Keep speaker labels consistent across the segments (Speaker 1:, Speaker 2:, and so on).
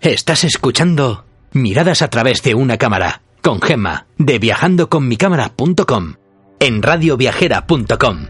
Speaker 1: Estás escuchando Miradas a través de una cámara con Gemma de viajandoconmicámara.com en radioviajera.com.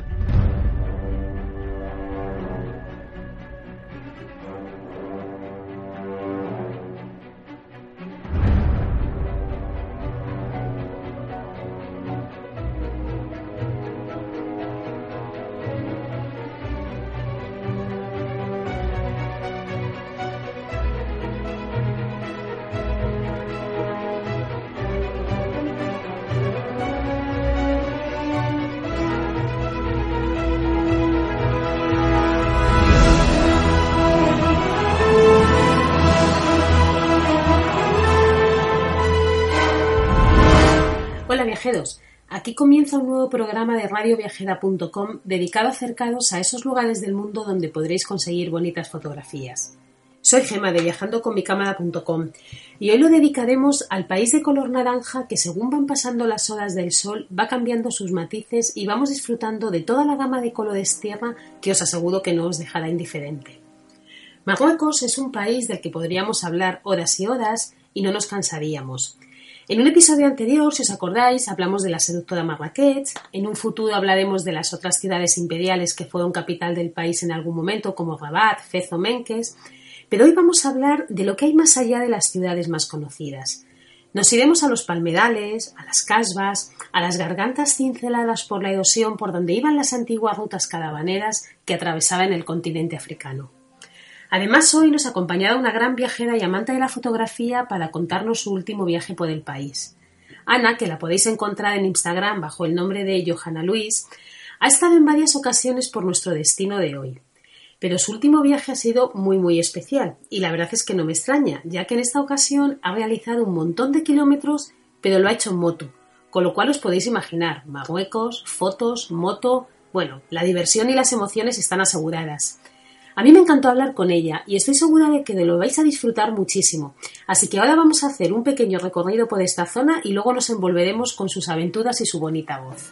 Speaker 2: Aquí comienza un nuevo programa de radioviajera.com dedicado a acercaros a esos lugares del mundo donde podréis conseguir bonitas fotografías. Soy Gemma de viajandoconmicámara.com y hoy lo dedicaremos al país de color naranja que, según van pasando las horas del sol, va cambiando sus matices y vamos disfrutando de toda la gama de colores tierra que os aseguro que no os dejará indiferente. Marruecos es un país del que podríamos hablar horas y horas y no nos cansaríamos. En un episodio anterior, si os acordáis, hablamos de la seductora Marrakech. En un futuro hablaremos de las otras ciudades imperiales que fueron capital del país en algún momento, como Rabat, Fez o Menkes. Pero hoy vamos a hablar de lo que hay más allá de las ciudades más conocidas. Nos iremos a los palmerales, a las casbas, a las gargantas cinceladas por la erosión por donde iban las antiguas rutas caravaneras que atravesaban el continente africano. Además, hoy nos acompañará una gran viajera y amante de la fotografía para contarnos su último viaje por el país. Ana, que la podéis encontrar en Instagram bajo el nombre de Johanna Luis, ha estado en varias ocasiones por nuestro destino de hoy. Pero su último viaje ha sido muy especial y la verdad es que no me extraña, ya que en esta ocasión ha realizado un montón de kilómetros, pero lo ha hecho en moto, con lo cual os podéis imaginar, Marruecos, fotos, moto, bueno, la diversión y las emociones están aseguradas. A mí me encantó hablar con ella y estoy segura de que lo vais a disfrutar muchísimo. Así que ahora vamos a hacer un pequeño recorrido por esta zona y luego nos envolveremos con sus aventuras y su bonita voz.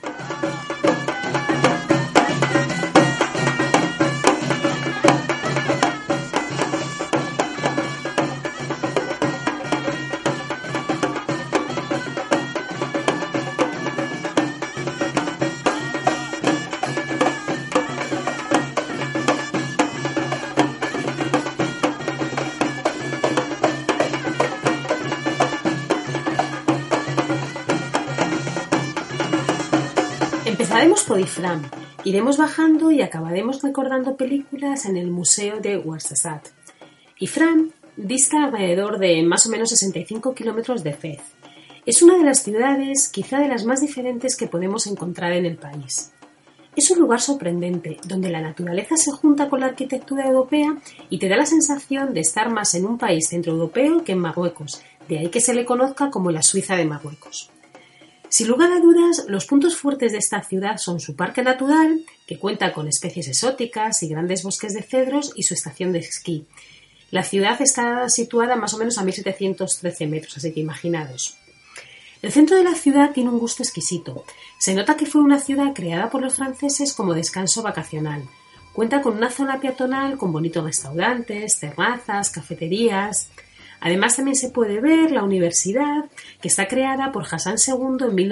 Speaker 2: Empezaremos por Ifrán, iremos bajando y acabaremos recordando películas en el Museo de Ouarzazate. Ifrán dista alrededor de más o menos 65 kilómetros de Fez. Es una de las ciudades, quizá de las más diferentes que podemos encontrar en el país. Es un lugar sorprendente, donde la naturaleza se junta con la arquitectura europea y te da la sensación de estar más en un país centroeuropeo que en Marruecos, de ahí que se le conozca como la Suiza de Marruecos. Sin lugar a dudas, los puntos fuertes de esta ciudad son su parque natural, que cuenta con especies exóticas y grandes bosques de cedros, y su estación de esquí. La ciudad está situada más o menos a 1713 metros, así que imaginaros. El centro de la ciudad tiene un gusto exquisito. Se nota que fue una ciudad creada por los franceses como descanso vacacional. Cuenta con una zona peatonal con bonitos restaurantes, terrazas, cafeterías. Además, también se puede ver la universidad, que está creada por Hassan II en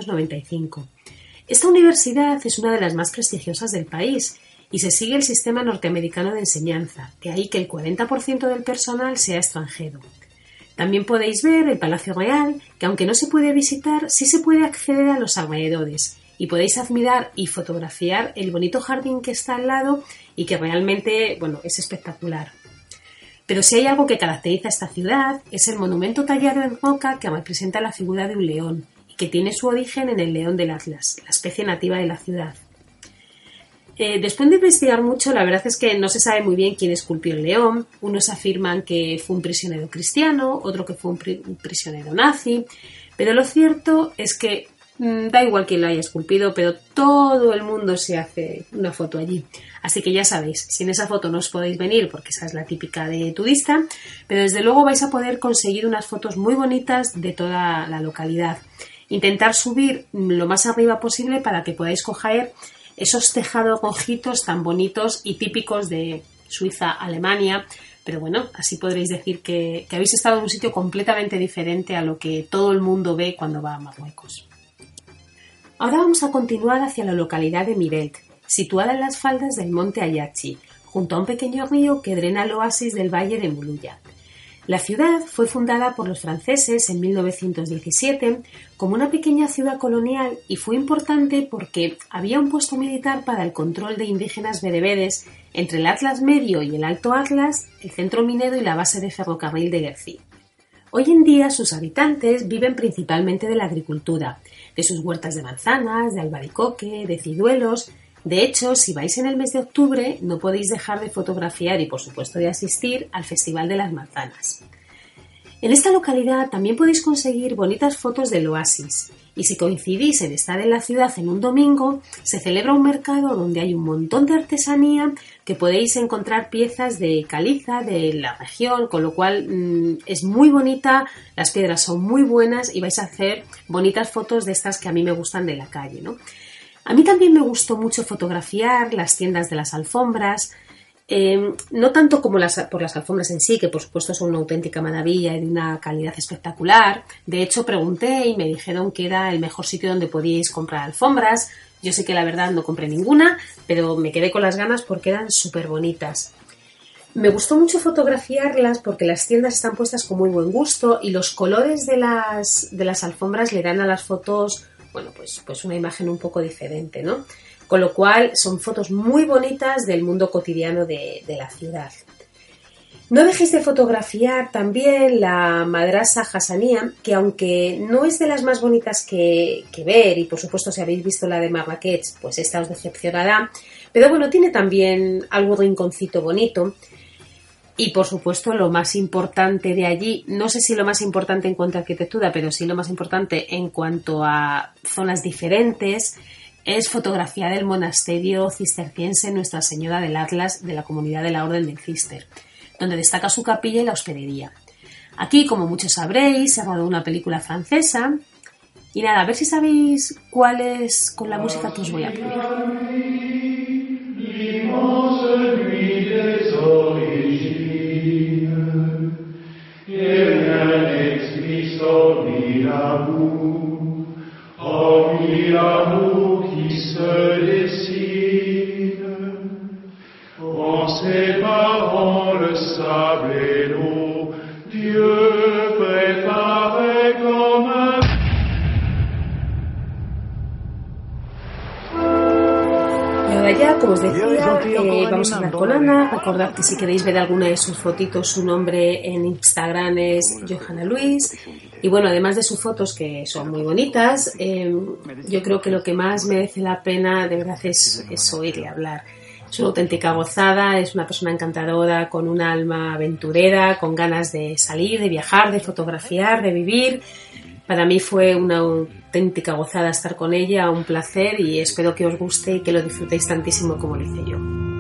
Speaker 2: 1995. Esta universidad es una de las más prestigiosas del país y se sigue el sistema norteamericano de enseñanza, de ahí que el 40% del personal sea extranjero. También podéis ver el Palacio Real, que aunque no se puede visitar, sí se puede acceder a los alrededores y podéis admirar y fotografiar el bonito jardín que está al lado y que realmente, es espectacular. Pero si hay algo que caracteriza a esta ciudad, es el monumento tallado en roca que representa la figura de un león y que tiene su origen en el león del Atlas, la especie nativa de la ciudad. Después de investigar mucho, la verdad es que no se sabe muy bien quién esculpió el león. Unos afirman que fue un prisionero cristiano, otro que fue un prisionero nazi, pero lo cierto es que da igual quién lo haya esculpido, pero todo el mundo se hace una foto allí. Así que ya sabéis, si en esa foto no os podéis venir porque esa es la típica de turista, pero desde luego vais a poder conseguir unas fotos muy bonitas de toda la localidad. Intentar subir lo más arriba posible para que podáis coger esos tejados rojitos tan bonitos y típicos de Suiza, Alemania, Pero bueno, así podréis decir que habéis estado en un sitio completamente diferente a lo que todo el mundo ve cuando va a Marruecos. Ahora vamos a continuar hacia la localidad de Mirelt, situada en las faldas del monte Ayachi, junto a un pequeño río que drena el oasis del valle de Muluya. La ciudad fue fundada por los franceses en 1917 como una pequeña ciudad colonial y fue importante porque había un puesto militar para el control de indígenas bereberes entre el Atlas Medio y el Alto Atlas, el centro minero y la base de ferrocarril de Guercí. Hoy en día sus habitantes viven principalmente de la agricultura, de sus huertas de manzanas, de albaricoque, de ciruelos. De hecho, si vais en el mes de octubre, no podéis dejar de fotografiar y, por supuesto, de asistir al Festival de las Manzanas. En esta localidad también podéis conseguir bonitas fotos del oasis. Y si coincidís en estar en la ciudad en un domingo, se celebra un mercado donde hay un montón de artesanía que podéis encontrar piezas de caliza de la región, con lo cual es muy bonita, las piedras son muy buenas y vais a hacer bonitas fotos de estas que a mí me gustan de la calle, ¿no? A mí también me gustó mucho fotografiar las tiendas de las alfombras, no tanto como por las alfombras en sí, que por supuesto son una auténtica maravilla y de una calidad espectacular. De hecho, pregunté y me dijeron que era el mejor sitio donde podíais comprar alfombras. Yo sé que la verdad no compré ninguna, pero me quedé con las ganas porque eran súper bonitas. Me gustó mucho fotografiarlas porque las tiendas están puestas con muy buen gusto y los colores de las alfombras le dan a las fotos, bueno, pues una imagen un poco diferente, ¿no? Con lo cual son fotos muy bonitas del mundo cotidiano de la ciudad. No dejéis de fotografiar también la Madrasa Hassanía, que aunque no es de las más bonitas que ver, y por supuesto si habéis visto la de Marrakech, pues esta os decepcionará, pero bueno, tiene también algún rinconcito bonito. Y por supuesto lo más importante de allí, no sé si lo más importante en cuanto a arquitectura, pero sí lo más importante en cuanto a zonas diferentes, es fotografiar el monasterio cisterciense Nuestra Señora del Atlas de la comunidad de la Orden del Cister, donde destaca su capilla y la hospedería. Aquí, como muchos sabréis, se rodó una película francesa y nada, a ver si sabéis cuál es con la música que os voy a pedir.
Speaker 3: Se décide en séparant le sable et l'eau, Dieu préparait comme un...
Speaker 2: Y ahora ya, como os decía, vamos a hablar con Ana. Recordad que si queréis ver alguna de sus fotitos, su nombre en Instagram es Johanna Luis. Y bueno, además de sus fotos, que son muy bonitas, yo creo que lo que más merece la pena, de verdad, es oírle hablar. Es una auténtica gozada, es una persona encantadora, con un alma aventurera, con ganas de salir, de viajar, de fotografiar, de vivir. Para mí fue una auténtica gozada estar con ella, un placer, y espero que os guste y que lo disfrutéis tantísimo como lo hice yo.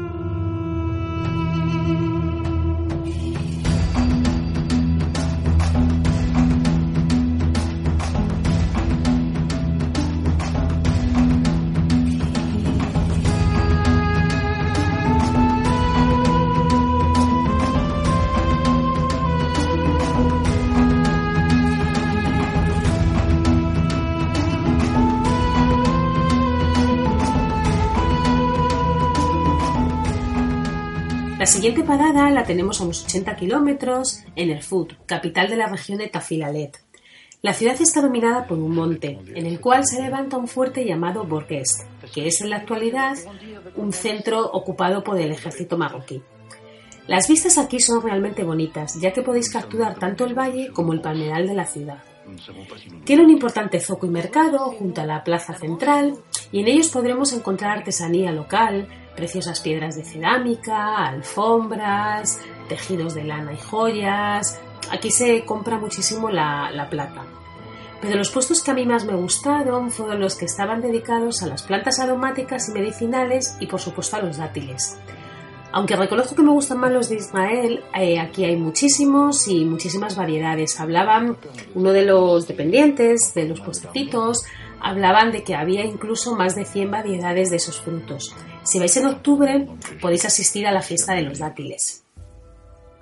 Speaker 2: La siguiente parada la tenemos a unos 80 kilómetros en Erfoud, capital de la región de Tafilalet. La ciudad está dominada por un monte, en el cual se levanta un fuerte llamado Borghest, que es en la actualidad un centro ocupado por el ejército marroquí. Las vistas aquí son realmente bonitas, ya que podéis capturar tanto el valle como el palmeral de la ciudad. Tiene un importante zoco y mercado junto a la plaza central, y en ellos podremos encontrar artesanía local, preciosas piedras de cerámica, alfombras, tejidos de lana y joyas. Aquí se compra muchísimo la plata. Pero los puestos que a mí más me gustaron fueron los que estaban dedicados a las plantas aromáticas y medicinales y por supuesto a los dátiles. Aunque reconozco que me gustan más los de Israel, aquí hay muchísimos y muchísimas variedades. Uno de los dependientes de los puestecitos hablaban de que había incluso más de 100 variedades de esos frutos. Si vais en octubre, podéis asistir a la fiesta de los dátiles.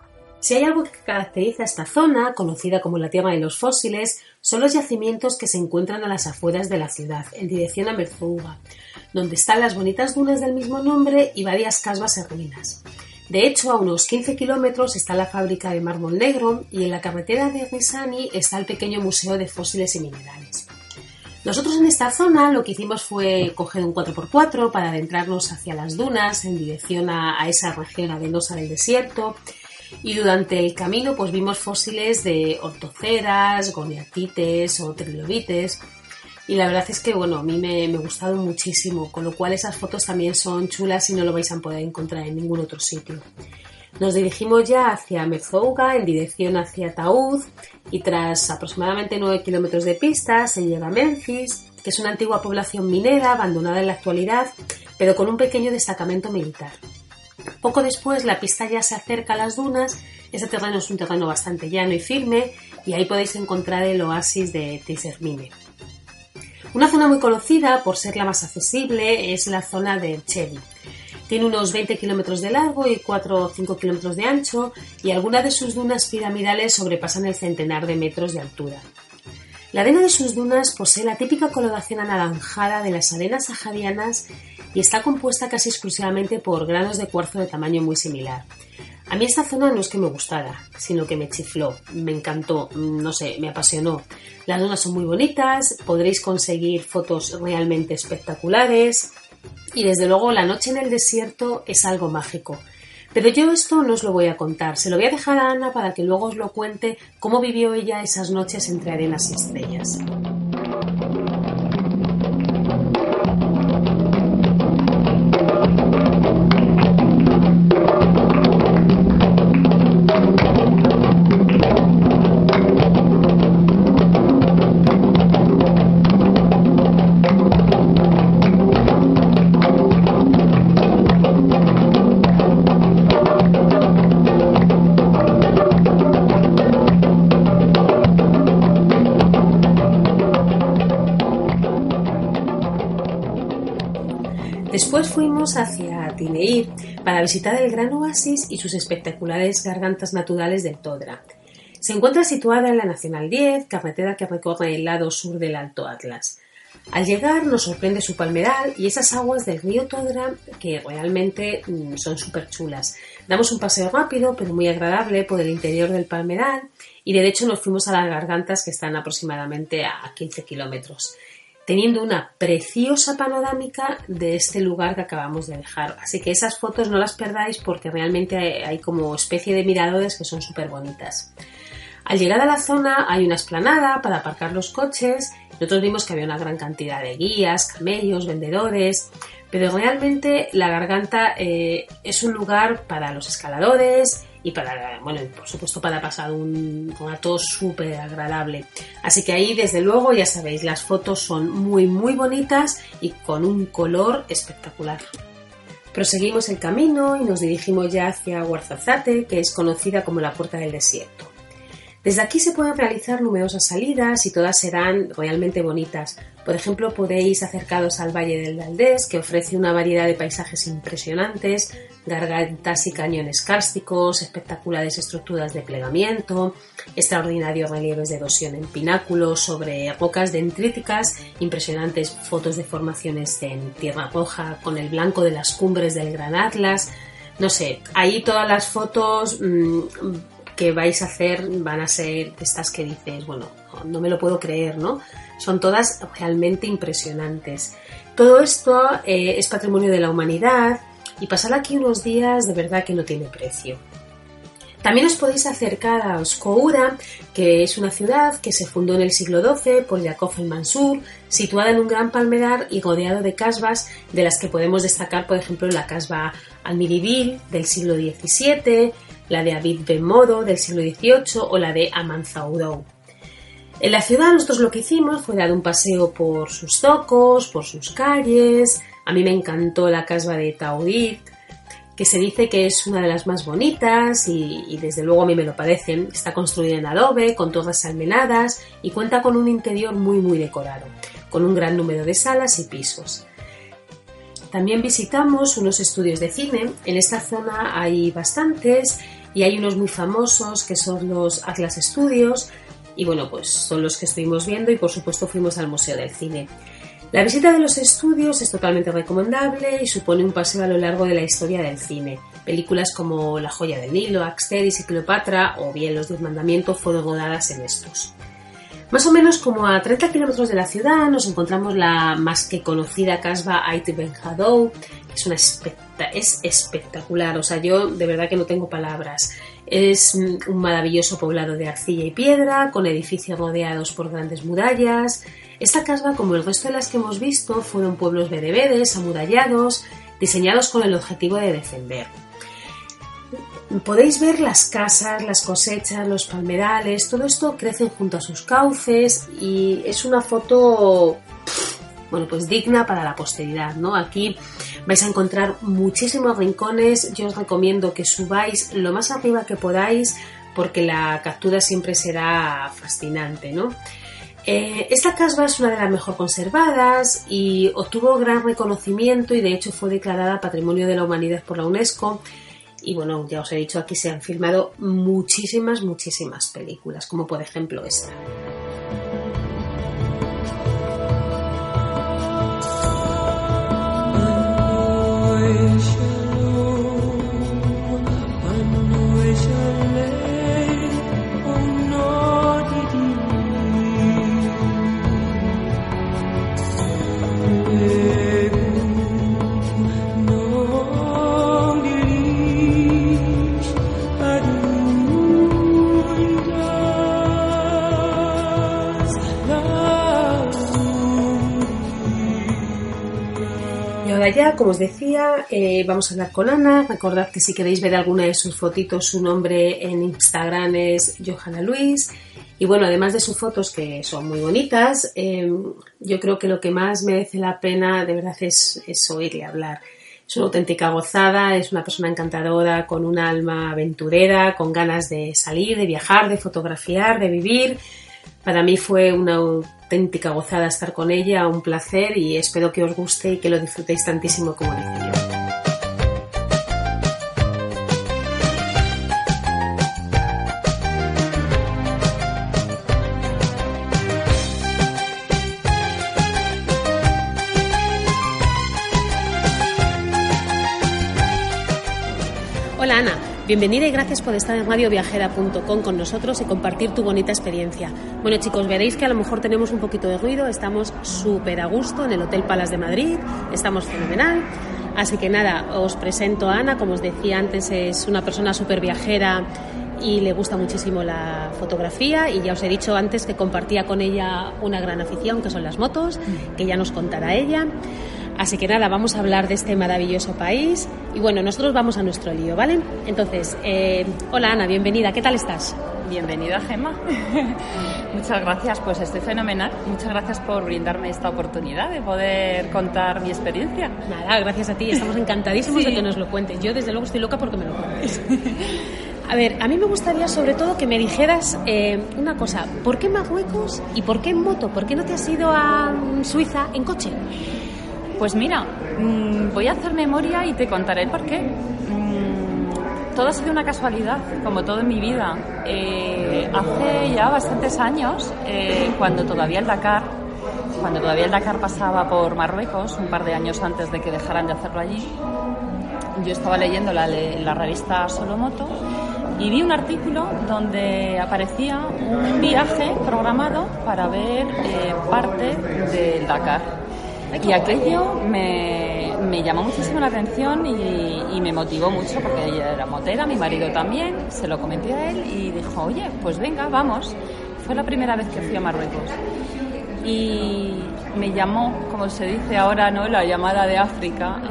Speaker 2: Si hay algo que caracteriza esta zona, conocida como la Tierra de los Fósiles, son los yacimientos que se encuentran a las afueras de la ciudad, en dirección a Merzouga, donde están las bonitas dunas del mismo nombre y varias casbas en ruinas. De hecho, a unos 15 kilómetros está la fábrica de mármol negro y en la carretera de Risani está el pequeño museo de fósiles y minerales. Nosotros en esta zona lo que hicimos fue coger un 4x4 para adentrarnos hacia las dunas en dirección a esa región arenosa del desierto. Y durante el camino pues vimos fósiles de ortoceras, goniatites o trilobites y la verdad es que a mí me gustaron muchísimo, con lo cual esas fotos también son chulas y no lo vais a poder encontrar en ningún otro sitio. Nos dirigimos ya hacia Merzouga en dirección hacia Taúz y tras aproximadamente 9 kilómetros de pista se llega a Memphis, que es una antigua población minera abandonada en la actualidad, pero con un pequeño destacamento militar. Poco después la pista ya se acerca a las dunas, ese terreno es un terreno bastante llano y firme y ahí podéis encontrar el oasis de Tisermine. Una zona muy conocida por ser la más accesible es la zona de Chedi. Tiene unos 20 kilómetros de largo y 4 o 5 kilómetros de ancho y algunas de sus dunas piramidales sobrepasan el centenar de metros de altura. La arena de sus dunas posee la típica coloración anaranjada de las arenas saharianas y está compuesta casi exclusivamente por granos de cuarzo de tamaño muy similar. A mí esta zona no es que me gustara, sino que me chifló, me encantó, no sé, me apasionó. Las dunas son muy bonitas, podréis conseguir fotos realmente espectaculares y desde luego la noche en el desierto es algo mágico. Pero yo esto no os lo voy a contar, se lo voy a dejar a Ana para que luego os lo cuente cómo vivió ella esas noches entre arenas y estrellas. Después fuimos hacia Tineir para visitar el gran oasis y sus espectaculares gargantas naturales del Todra. Se encuentra situada en la Nacional 10, carretera que recorre el lado sur del Alto Atlas. Al llegar nos sorprende su palmeral y esas aguas del río Todra que realmente son súper chulas. Damos un paseo rápido pero muy agradable por el interior del palmeral y de hecho nos fuimos a las gargantas que están aproximadamente a 15 kilómetros. Teniendo una preciosa panorámica de este lugar que acabamos de dejar. Así que esas fotos no las perdáis porque realmente hay como especie de miradores que son súper bonitas. Al llegar a la zona hay una explanada para aparcar los coches. Nosotros vimos que había una gran cantidad de guías, camellos, vendedores, pero realmente la garganta es un lugar para los escaladores y para, por supuesto para pasar un rato súper agradable. Así que ahí desde luego ya sabéis, las fotos son muy muy bonitas y con un color espectacular. Proseguimos el camino y nos dirigimos ya hacia Ouarzazate, que es conocida como la Puerta del Desierto. Desde aquí se pueden realizar numerosas salidas y todas serán realmente bonitas. Por ejemplo, podéis acercaros al Valle del Valdés, que ofrece una variedad de paisajes impresionantes, gargantas y cañones kársticos, espectaculares estructuras de plegamiento, extraordinarios relieves de erosión en pináculos sobre rocas dendríticas, impresionantes fotos de formaciones en tierra roja con el blanco de las cumbres del Gran Atlas. No sé, ahí todas las fotos que vais a hacer van a ser de estas que dices, no me lo puedo creer, ¿no? Son todas realmente impresionantes. Todo esto es patrimonio de la humanidad y pasar aquí unos días de verdad que no tiene precio. También os podéis acercar a Oskoura, que es una ciudad que se fundó en el siglo XII por Jacob el-Mansur, situada en un gran palmerar y rodeado de casbas, de las que podemos destacar, por ejemplo, la casba Almirivil del siglo XVII, la de Abid Ben Modo del siglo XVIII o la de Amanzaurou. En la ciudad nosotros lo que hicimos fue dar un paseo por sus zocos, por sus calles. A mí me encantó la casba de Taoudit, que se dice que es una de las más bonitas y desde luego a mí me lo parecen. Está construida en adobe, con torres almenadas y cuenta con un interior muy muy decorado, con un gran número de salas y pisos. También visitamos unos estudios de cine, en esta zona hay bastantes Y hay unos muy famosos que son los Atlas Studios y bueno, pues son los que estuvimos viendo y por supuesto fuimos al Museo del Cine. La visita de los estudios es totalmente recomendable y supone un paseo a lo largo de la historia del cine. Películas como La joya del Nilo, Asterix y Cleopatra o bien Los 10 mandamientos fueron rodadas en estos. Más o menos como a 30 kilómetros de la ciudad nos encontramos la más que conocida casba Ait Ben Haddou, que es espectacular, o sea, yo de verdad que no tengo palabras. Es un maravilloso poblado de arcilla y piedra, con edificios rodeados por grandes murallas. Esta casba, como el resto de las que hemos visto, fueron pueblos bereberes, amurallados, diseñados con el objetivo de defender. Podéis ver las casas, las cosechas, los palmerales, todo esto crece junto a sus cauces y es una foto, bueno, pues digna para la posteridad, ¿no? Aquí vais a encontrar muchísimos rincones, yo os recomiendo que subáis lo más arriba que podáis porque la captura siempre será fascinante, ¿no? Esta casba es una de las mejor conservadas y obtuvo gran reconocimiento y de hecho fue declarada Patrimonio de la Humanidad por la UNESCO. Y bueno, ya os he dicho, aquí se han filmado muchísimas películas, como por ejemplo esta. Ya, como os decía, vamos a hablar con Ana. Recordad que si queréis ver alguna de sus fotitos, su nombre en Instagram es Johanna Luis. Y bueno, además de sus fotos, que son muy bonitas, yo creo que lo que más merece la pena de verdad es oírle hablar. Es una auténtica gozada, es una persona encantadora, con un alma aventurera, con ganas de salir, de viajar, de fotografiar, de vivir. Para mí fue una auténtica gozada estar con ella, un placer y espero que os guste y que lo disfrutéis tantísimo como hice yo. Hola Ana, bienvenida y gracias por estar en radioviajera.com con nosotros y compartir tu bonita experiencia. Bueno chicos, veréis que a lo mejor tenemos un poquito de ruido, estamos súper a gusto en el Hotel Palace de Madrid, estamos fenomenal. Así que nada, os presento a Ana, como os decía antes, es una persona súper viajera y le gusta muchísimo la fotografía y ya os he dicho antes que compartía con ella una gran afición que son las motos, que ya nos contará ella. Así que nada, vamos a hablar de este maravilloso país y bueno, nosotros vamos a nuestro lío, ¿vale? Entonces, hola Ana, bienvenida, ¿qué tal estás?
Speaker 4: Bienvenida Gemma, muchas gracias, pues estoy fenomenal, muchas gracias por brindarme esta oportunidad de poder contar mi experiencia.
Speaker 2: Nada, gracias a ti, estamos encantadísimos de que nos lo cuentes, yo desde luego estoy loca porque me lo cuentes. A ver, a mí me gustaría sobre todo que me dijeras una cosa, ¿por qué Marruecos y por qué en moto? ¿Por qué no te has ido a Suiza en coche?
Speaker 4: Pues mira, voy a hacer memoria y te contaré el por qué. Todo ha sido una casualidad, como todo en mi vida. Hace ya bastantes años, cuando todavía el Dakar pasaba por Marruecos, un par de años antes de que dejaran de hacerlo allí, yo estaba leyendo la revista Solomoto y vi un artículo donde aparecía un viaje programado para ver parte del Dakar. Y aquello me llamó muchísimo la atención y me motivó mucho porque ella era motera, mi marido también, se lo comenté a él y dijo, oye, pues venga, vamos. Fue la primera vez que fui a Marruecos y me llamó, como se dice ahora, ¿no?, la llamada de África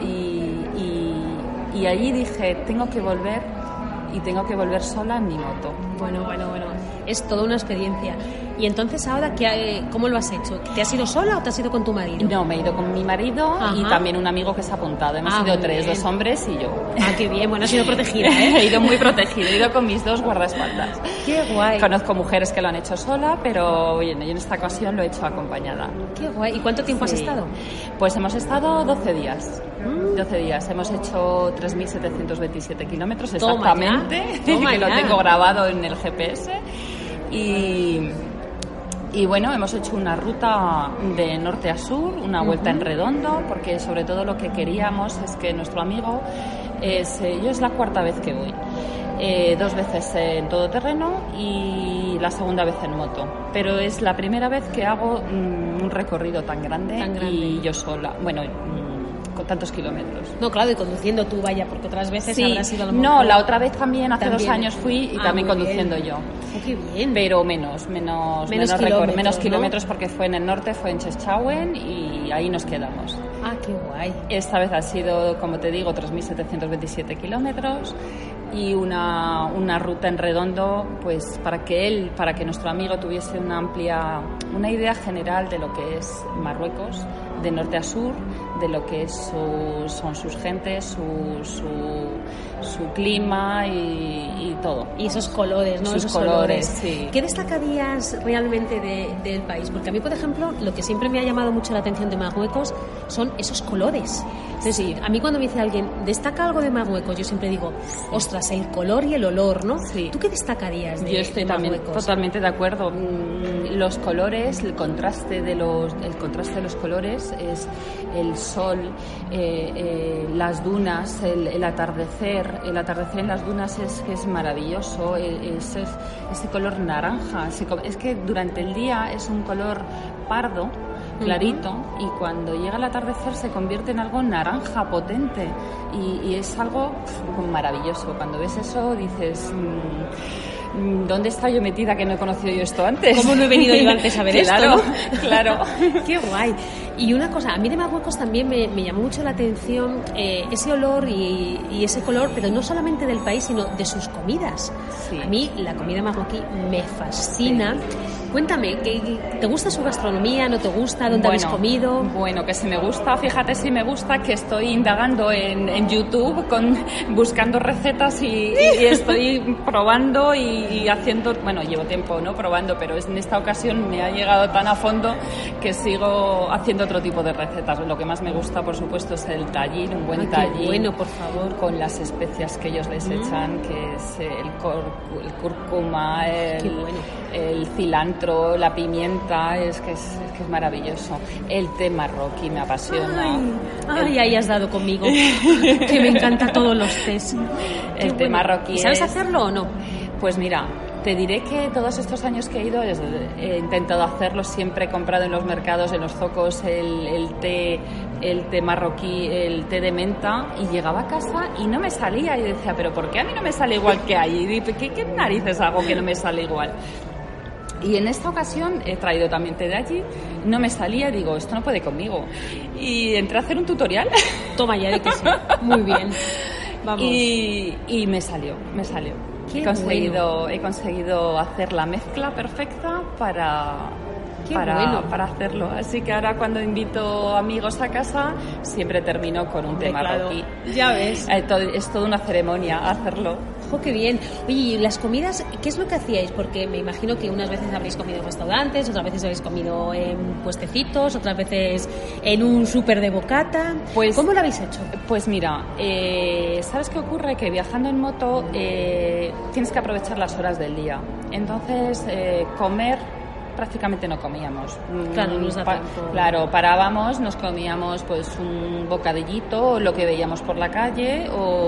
Speaker 4: y allí dije, tengo que volver sola en mi moto.
Speaker 2: Bueno, es toda una experiencia. Y entonces ahora, ¿cómo lo has hecho? ¿Te has ido sola o te has ido con tu marido?
Speaker 4: No, me he ido con mi marido. Ajá. Y también un amigo que se ha apuntado. Hemos ido tres, bien. 2 hombres y yo.
Speaker 2: Ah, qué bien, bueno, has ido protegida, ¿eh?
Speaker 4: He ido muy protegida, he ido con mis 2 guardaespaldas.
Speaker 2: Qué guay.
Speaker 4: Conozco mujeres que lo han hecho sola, pero bueno, yo en esta ocasión lo he hecho acompañada.
Speaker 2: Qué guay. ¿Y cuánto tiempo has estado?
Speaker 4: Pues hemos estado 12 días. 12 días. Hemos hecho 3.727 kilómetros
Speaker 2: Toma
Speaker 4: exactamente,
Speaker 2: ya, toma
Speaker 4: que lo
Speaker 2: ya.
Speaker 4: tengo grabado en el GPS. Y bueno, hemos hecho una ruta de norte a sur, una vuelta en redondo, porque sobre todo lo que queríamos es que nuestro amigo, yo es la cuarta vez que voy, 2 veces en todoterreno y la segunda vez en moto, pero es la primera vez que hago un recorrido tan grande y yo sola, bueno, con tantos kilómetros.
Speaker 2: No, claro, y conduciendo tú, vaya, porque otras veces
Speaker 4: Sí,
Speaker 2: habrás ido a lo mejor...
Speaker 4: no, la otra vez también, hace 2
Speaker 2: También.
Speaker 4: años fui y también
Speaker 2: muy
Speaker 4: conduciendo
Speaker 2: bien.
Speaker 4: yo.
Speaker 2: Oh, qué bien.
Speaker 4: Pero menos
Speaker 2: kilómetros,
Speaker 4: kilómetros
Speaker 2: ¿no?
Speaker 4: porque fue en el norte, fue en Chechauwen y ahí nos quedamos.
Speaker 2: Ah, qué guay.
Speaker 4: Esta vez ha sido, como te digo, 3.727 kilómetros y una ruta en redondo, pues para que nuestro amigo tuviese una idea general de lo que es Marruecos, de norte a sur, de lo que son sus gentes, su clima y todo.
Speaker 2: Y esos colores, ¿no?
Speaker 4: Sus
Speaker 2: Esos
Speaker 4: colores,
Speaker 2: olores.
Speaker 4: sí.
Speaker 2: ¿Qué destacarías realmente del país? Porque a mí, por ejemplo, lo que siempre me ha llamado mucho la atención de Marruecos son esos colores. Entonces,
Speaker 4: Sí.
Speaker 2: a mí cuando me dice alguien, destaca algo de Marruecos, yo siempre digo, ostras, el color y el olor, ¿no?
Speaker 4: Sí.
Speaker 2: ¿Tú qué destacarías de
Speaker 4: Yo estoy también
Speaker 2: Marruecos?
Speaker 4: totalmente de acuerdo. Los colores, el contraste de los colores es el sol, las dunas, el atardecer. El atardecer en las dunas es maravilloso. Ese color naranja. Es que durante el día es un color pardo, clarito, y cuando llega el atardecer se convierte en algo naranja potente y es algo maravilloso. Cuando ves eso dices, ¿dónde está yo metida que no he conocido yo esto antes?
Speaker 2: ¿Cómo no he venido yo antes a ver
Speaker 4: Claro,
Speaker 2: esto, no?
Speaker 4: Claro.
Speaker 2: Qué guay. Y una cosa, a mí de Marruecos también me llamó mucho la atención ese olor y ese color, pero no solamente del país, sino de sus comidas.
Speaker 4: Sí.
Speaker 2: A mí la comida marroquí me fascina. Cuéntame, ¿te gusta su gastronomía? ¿No te gusta? ¿Dónde habéis comido?
Speaker 4: Bueno, que si me gusta, fíjate si me gusta, que estoy indagando en YouTube buscando recetas y estoy probando y haciendo, bueno, llevo tiempo no probando, pero en esta ocasión me ha llegado tan a fondo que sigo haciendo otro tipo de recetas. Lo que más me gusta, por supuesto, es el tagín, un buen
Speaker 2: Ay, qué
Speaker 4: tagín.
Speaker 2: bueno, por favor.
Speaker 4: Con las especias que ellos les echan, que es el cúrcuma,
Speaker 2: Qué bueno.
Speaker 4: el cilantro, la pimienta, es que es maravilloso. El té marroquí me apasiona.
Speaker 2: Ay, ahí has dado conmigo. Que me encantan todos los tés. Qué
Speaker 4: El té
Speaker 2: bueno.
Speaker 4: marroquí
Speaker 2: ¿Y sabes
Speaker 4: es-
Speaker 2: hacerlo o no?
Speaker 4: Pues mira, te diré que todos estos años que he ido he intentado hacerlo, siempre he comprado en los mercados, en los zocos, el té marroquí, el té de menta, y llegaba a casa y no me salía. Y decía, ¿pero por qué a mí no me sale igual que ahí? Y dije, ¿qué narices hago que no me sale igual? Y en esta ocasión he traído también té de allí, no me salía, digo, esto no puede conmigo. Y entré a hacer un tutorial.
Speaker 2: Toma ya de que sí. Muy bien. Vamos.
Speaker 4: Y me salió.
Speaker 2: Qué
Speaker 4: He conseguido hacer la mezcla perfecta para hacerlo. Así que ahora cuando invito amigos a casa, siempre termino con un té
Speaker 2: Claro.
Speaker 4: marroquí.
Speaker 2: Ya ves.
Speaker 4: Es toda una ceremonia hacerlo.
Speaker 2: ¡Oh, qué bien! Oye, ¿y las comidas, qué es lo que hacíais? Porque me imagino que unas veces habréis comido en restaurantes, otras veces habréis comido en puestecitos, otras veces en un súper de bocata.
Speaker 4: Pues-
Speaker 2: ¿Cómo lo habéis hecho?
Speaker 4: Pues mira, ¿sabes qué ocurre? Que viajando en moto tienes que aprovechar las horas del día. Entonces, comer prácticamente no comíamos.
Speaker 2: Claro, no nos da tiempo.
Speaker 4: Claro, parábamos, nos comíamos pues un bocadillito, lo que veíamos por la calle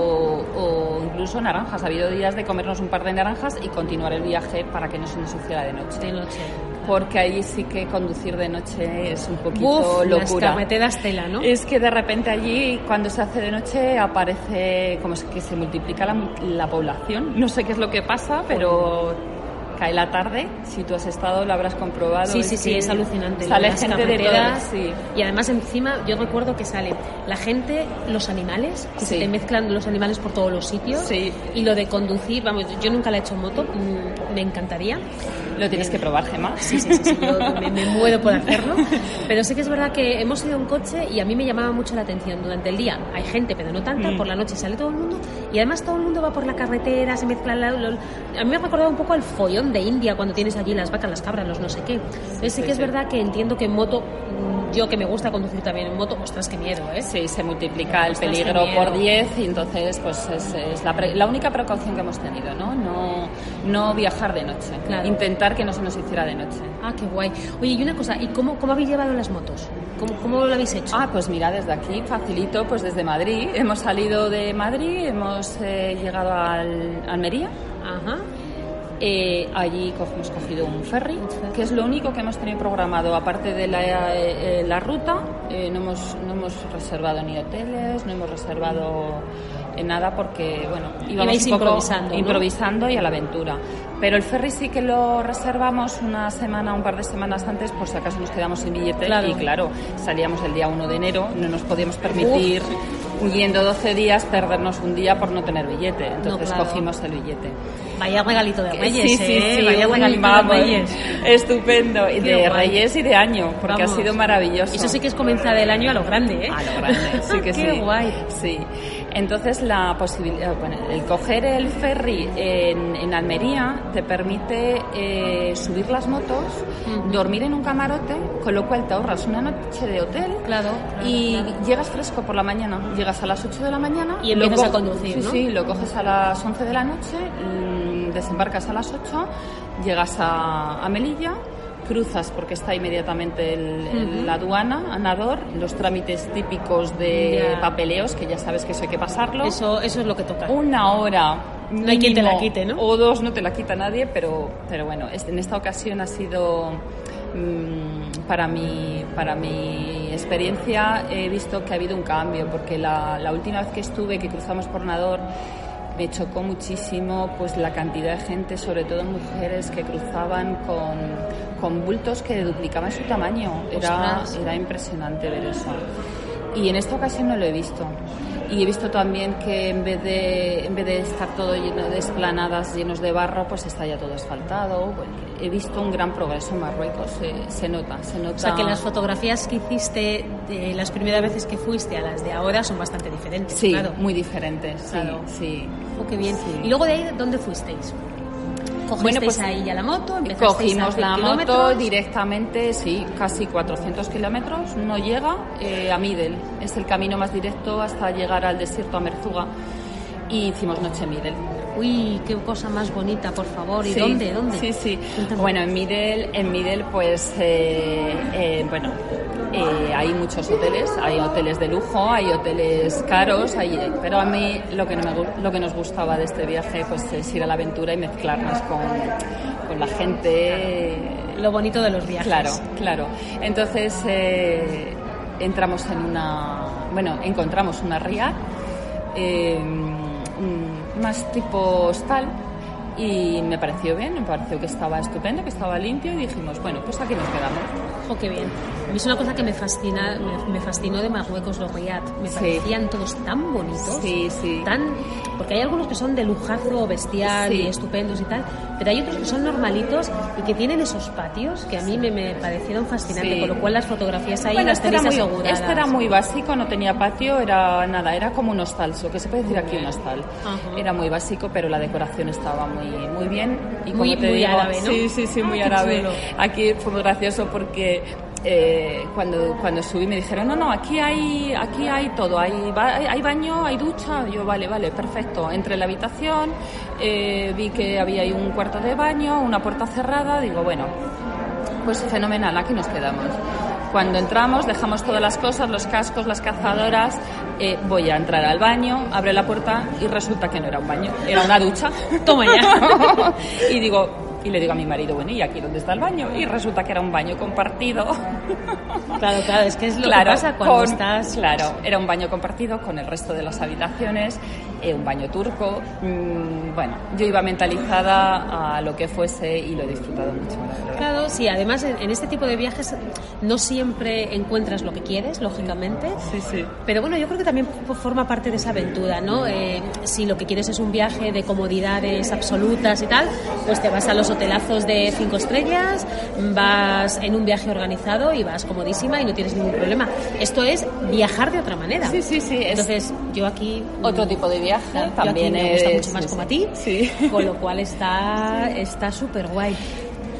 Speaker 4: o incluso naranjas. Ha habido días de comernos un par de naranjas y continuar el viaje para que no se nos hiciera de noche.
Speaker 2: De noche.
Speaker 4: Porque ahí sí que conducir de noche es un poquito
Speaker 2: Uf, las
Speaker 4: locura.
Speaker 2: carreteras tela, ¿no?
Speaker 4: Es que de repente allí, cuando se hace de noche, aparece como que se multiplica la población. No sé qué es lo que pasa, pero cae la tarde. Si tú has estado, lo habrás comprobado.
Speaker 2: Sí,
Speaker 4: que
Speaker 2: es alucinante.
Speaker 4: Sale
Speaker 2: Las
Speaker 4: gente de
Speaker 2: carreteras,
Speaker 4: todas, sí.
Speaker 2: Y además encima yo recuerdo que sale la gente, los animales, que
Speaker 4: Sí.
Speaker 2: se te mezclan los animales por todos los sitios.
Speaker 4: Sí.
Speaker 2: Y lo de conducir, vamos, yo nunca la he hecho en moto, me encantaría.
Speaker 4: Lo tienes que probar, Gemma.
Speaker 2: Sí, yo me muero por hacerlo. Pero sí que es verdad que hemos ido en coche y a mí me llamaba mucho la atención. Durante el día hay gente, pero no tanta. Por la noche sale todo el mundo y además todo el mundo va por la carretera, se mezclan. A mí me ha recordado un poco al follón de India cuando tienes allí las vacas, las cabras, los no sé qué. Entonces sí que es verdad que entiendo que en moto yo que me gusta conducir también en moto, ostras, qué miedo, ¿eh?
Speaker 4: Sí, se multiplica el peligro por 10 y entonces pues es la única precaución que hemos tenido, ¿no? No viajar de noche,
Speaker 2: claro.
Speaker 4: Intentar que no se nos hiciera de noche.
Speaker 2: Ah, qué guay. Oye, y una cosa, ¿y cómo habéis llevado las motos? ¿Cómo lo habéis hecho?
Speaker 4: Ah, pues mira, desde aquí, facilito, pues desde Madrid. Hemos salido de Madrid, hemos llegado a Almería.
Speaker 2: Ajá.
Speaker 4: Allí hemos cogido un ferry, que es lo único que hemos tenido programado, aparte de la ruta. No hemos reservado ni hoteles, no hemos reservado nada porque, bueno, íbamos un poco improvisando, ¿no? Y a la aventura. Pero el ferry sí que lo reservamos un par de semanas antes, por si acaso nos quedamos sin billete.
Speaker 2: Claro.
Speaker 4: Y claro, salíamos el día 1 de enero, no nos podíamos permitir, yendo 12 días, perdernos un día por no tener billete. Entonces cogimos el billete.
Speaker 2: Vaya regalito de Reyes,
Speaker 4: sí,
Speaker 2: vaya regalito de Reyes.
Speaker 4: Estupendo, y de Reyes y de año, porque ha sido maravilloso.
Speaker 2: Eso sí que es comenzar el año a lo grande, ¿eh?
Speaker 4: A lo grande, sí que sí.
Speaker 2: Qué guay.
Speaker 4: Sí. Entonces la posibilidad, el coger el ferry en Almería te permite subir las motos, dormir en un camarote, con lo cual te ahorras una noche de hotel.
Speaker 2: Claro.
Speaker 4: Llegas fresco por la mañana, llegas a las 8 de la mañana
Speaker 2: y empiezas a conducir, ¿no?
Speaker 4: Sí, lo coges a las 11 de la noche, desembarcas a las 8, llegas a Melilla, cruzas porque está inmediatamente la aduana, Anador, los trámites típicos de papeleos, que ya sabes que eso hay que pasarlo.
Speaker 2: Eso es lo que toca.
Speaker 4: 1 hora.
Speaker 2: No hay quien te la quite, ¿no?
Speaker 4: O 2, no te la quita nadie, pero bueno, en esta ocasión ha sido... Para mi experiencia he visto que ha habido un cambio, porque la última vez que estuve, que cruzamos por Nador, me chocó muchísimo pues la cantidad de gente, sobre todo mujeres, que cruzaban con bultos que duplicaban su tamaño. Era impresionante ver eso. Y en esta ocasión no lo he visto. Y he visto también que en vez de estar todo lleno de esplanadas, llenos de barro, pues está ya todo asfaltado. Bueno, he visto un gran progreso en Marruecos, se nota.
Speaker 2: O sea, que las fotografías que hiciste de las primeras veces que fuiste a las de ahora son bastante diferentes.
Speaker 4: Sí,
Speaker 2: claro.
Speaker 4: Muy diferentes,
Speaker 2: claro.
Speaker 4: Sí.
Speaker 2: Oh, qué bien.
Speaker 4: Sí.
Speaker 2: Y luego de ahí, ¿dónde fuisteis? ¿Cogisteis ahí ya la moto?
Speaker 4: Cogimos la moto directamente, sí, casi 400 kilómetros, no llega a Midel. Es el camino más directo hasta llegar al desierto, a Merzuga. Y hicimos noche en Midel.
Speaker 2: Uy, qué cosa más bonita, por favor. ¿Y
Speaker 4: sí,
Speaker 2: dónde?
Speaker 4: Sí. Cuéntame. Bueno, en Midel pues, hay muchos hoteles. Hay hoteles de lujo, hay hoteles caros, pero a mí lo que nos gustaba de este viaje pues es ir a la aventura y mezclarnos con la gente.
Speaker 2: Lo bonito de los viajes.
Speaker 4: Claro. Entonces entramos encontramos una ría, más tipo hostal, y me pareció bien, me pareció que estaba estupendo, que estaba limpio, y dijimos, bueno, pues aquí nos quedamos.
Speaker 2: ¡Oh, qué bien! A mí es una cosa que me fascinó de Marruecos, los riad. Me parecían todos tan bonitos, porque hay algunos que son de lujazo bestial y estupendos y tal, pero hay otros que son normalitos y que tienen esos patios que a mí me parecieron fascinantes, con lo cual las fotografías ahí las tenéis aseguradas.
Speaker 4: Este era muy básico, no tenía patio, era como un hostal, que se puede decir aquí un hostal. Era muy básico, pero la decoración estaba muy bien. Y como
Speaker 2: muy
Speaker 4: digo,
Speaker 2: árabe, ¿no?
Speaker 4: Sí, muy árabe.
Speaker 2: Chulo.
Speaker 4: Aquí fue muy gracioso porque cuando subí me dijeron, no, aquí hay todo, hay baño, hay ducha. Yo, vale, perfecto. Entré en la habitación, vi que había ahí un cuarto de baño, una puerta cerrada, digo, bueno, pues fenomenal, aquí nos quedamos. Cuando entramos, dejamos todas las cosas, los cascos, las cazadoras, voy a entrar al baño, abre la puerta y resulta que no era un baño, era una ducha.
Speaker 2: Toma ya.
Speaker 4: Y le digo a mi marido, bueno, ¿y aquí dónde está el baño? Y resulta que era un baño compartido.
Speaker 2: Claro, es que es lo que pasa cuando estás...
Speaker 4: Claro, era un baño compartido con el resto de las habitaciones, un baño turco. Bueno, yo iba mentalizada a lo que fuese y lo he disfrutado mucho, la verdad.
Speaker 2: Claro, sí, además en este tipo de viajes no siempre encuentras lo que quieres, lógicamente.
Speaker 4: Sí.
Speaker 2: Pero bueno, yo creo que también forma parte de esa aventura, ¿no? Si lo que quieres es un viaje de comodidades absolutas y tal, pues te vas a los hotelazos de 5 estrellas, vas en un viaje organizado y vas comodísima y no tienes ningún problema. Esto es viajar de otra manera.
Speaker 4: Sí.
Speaker 2: Entonces, yo aquí...
Speaker 4: Otro tipo de viaje, también
Speaker 2: me gusta mucho más como a ti,
Speaker 4: sí.
Speaker 2: con lo cual está súper guay.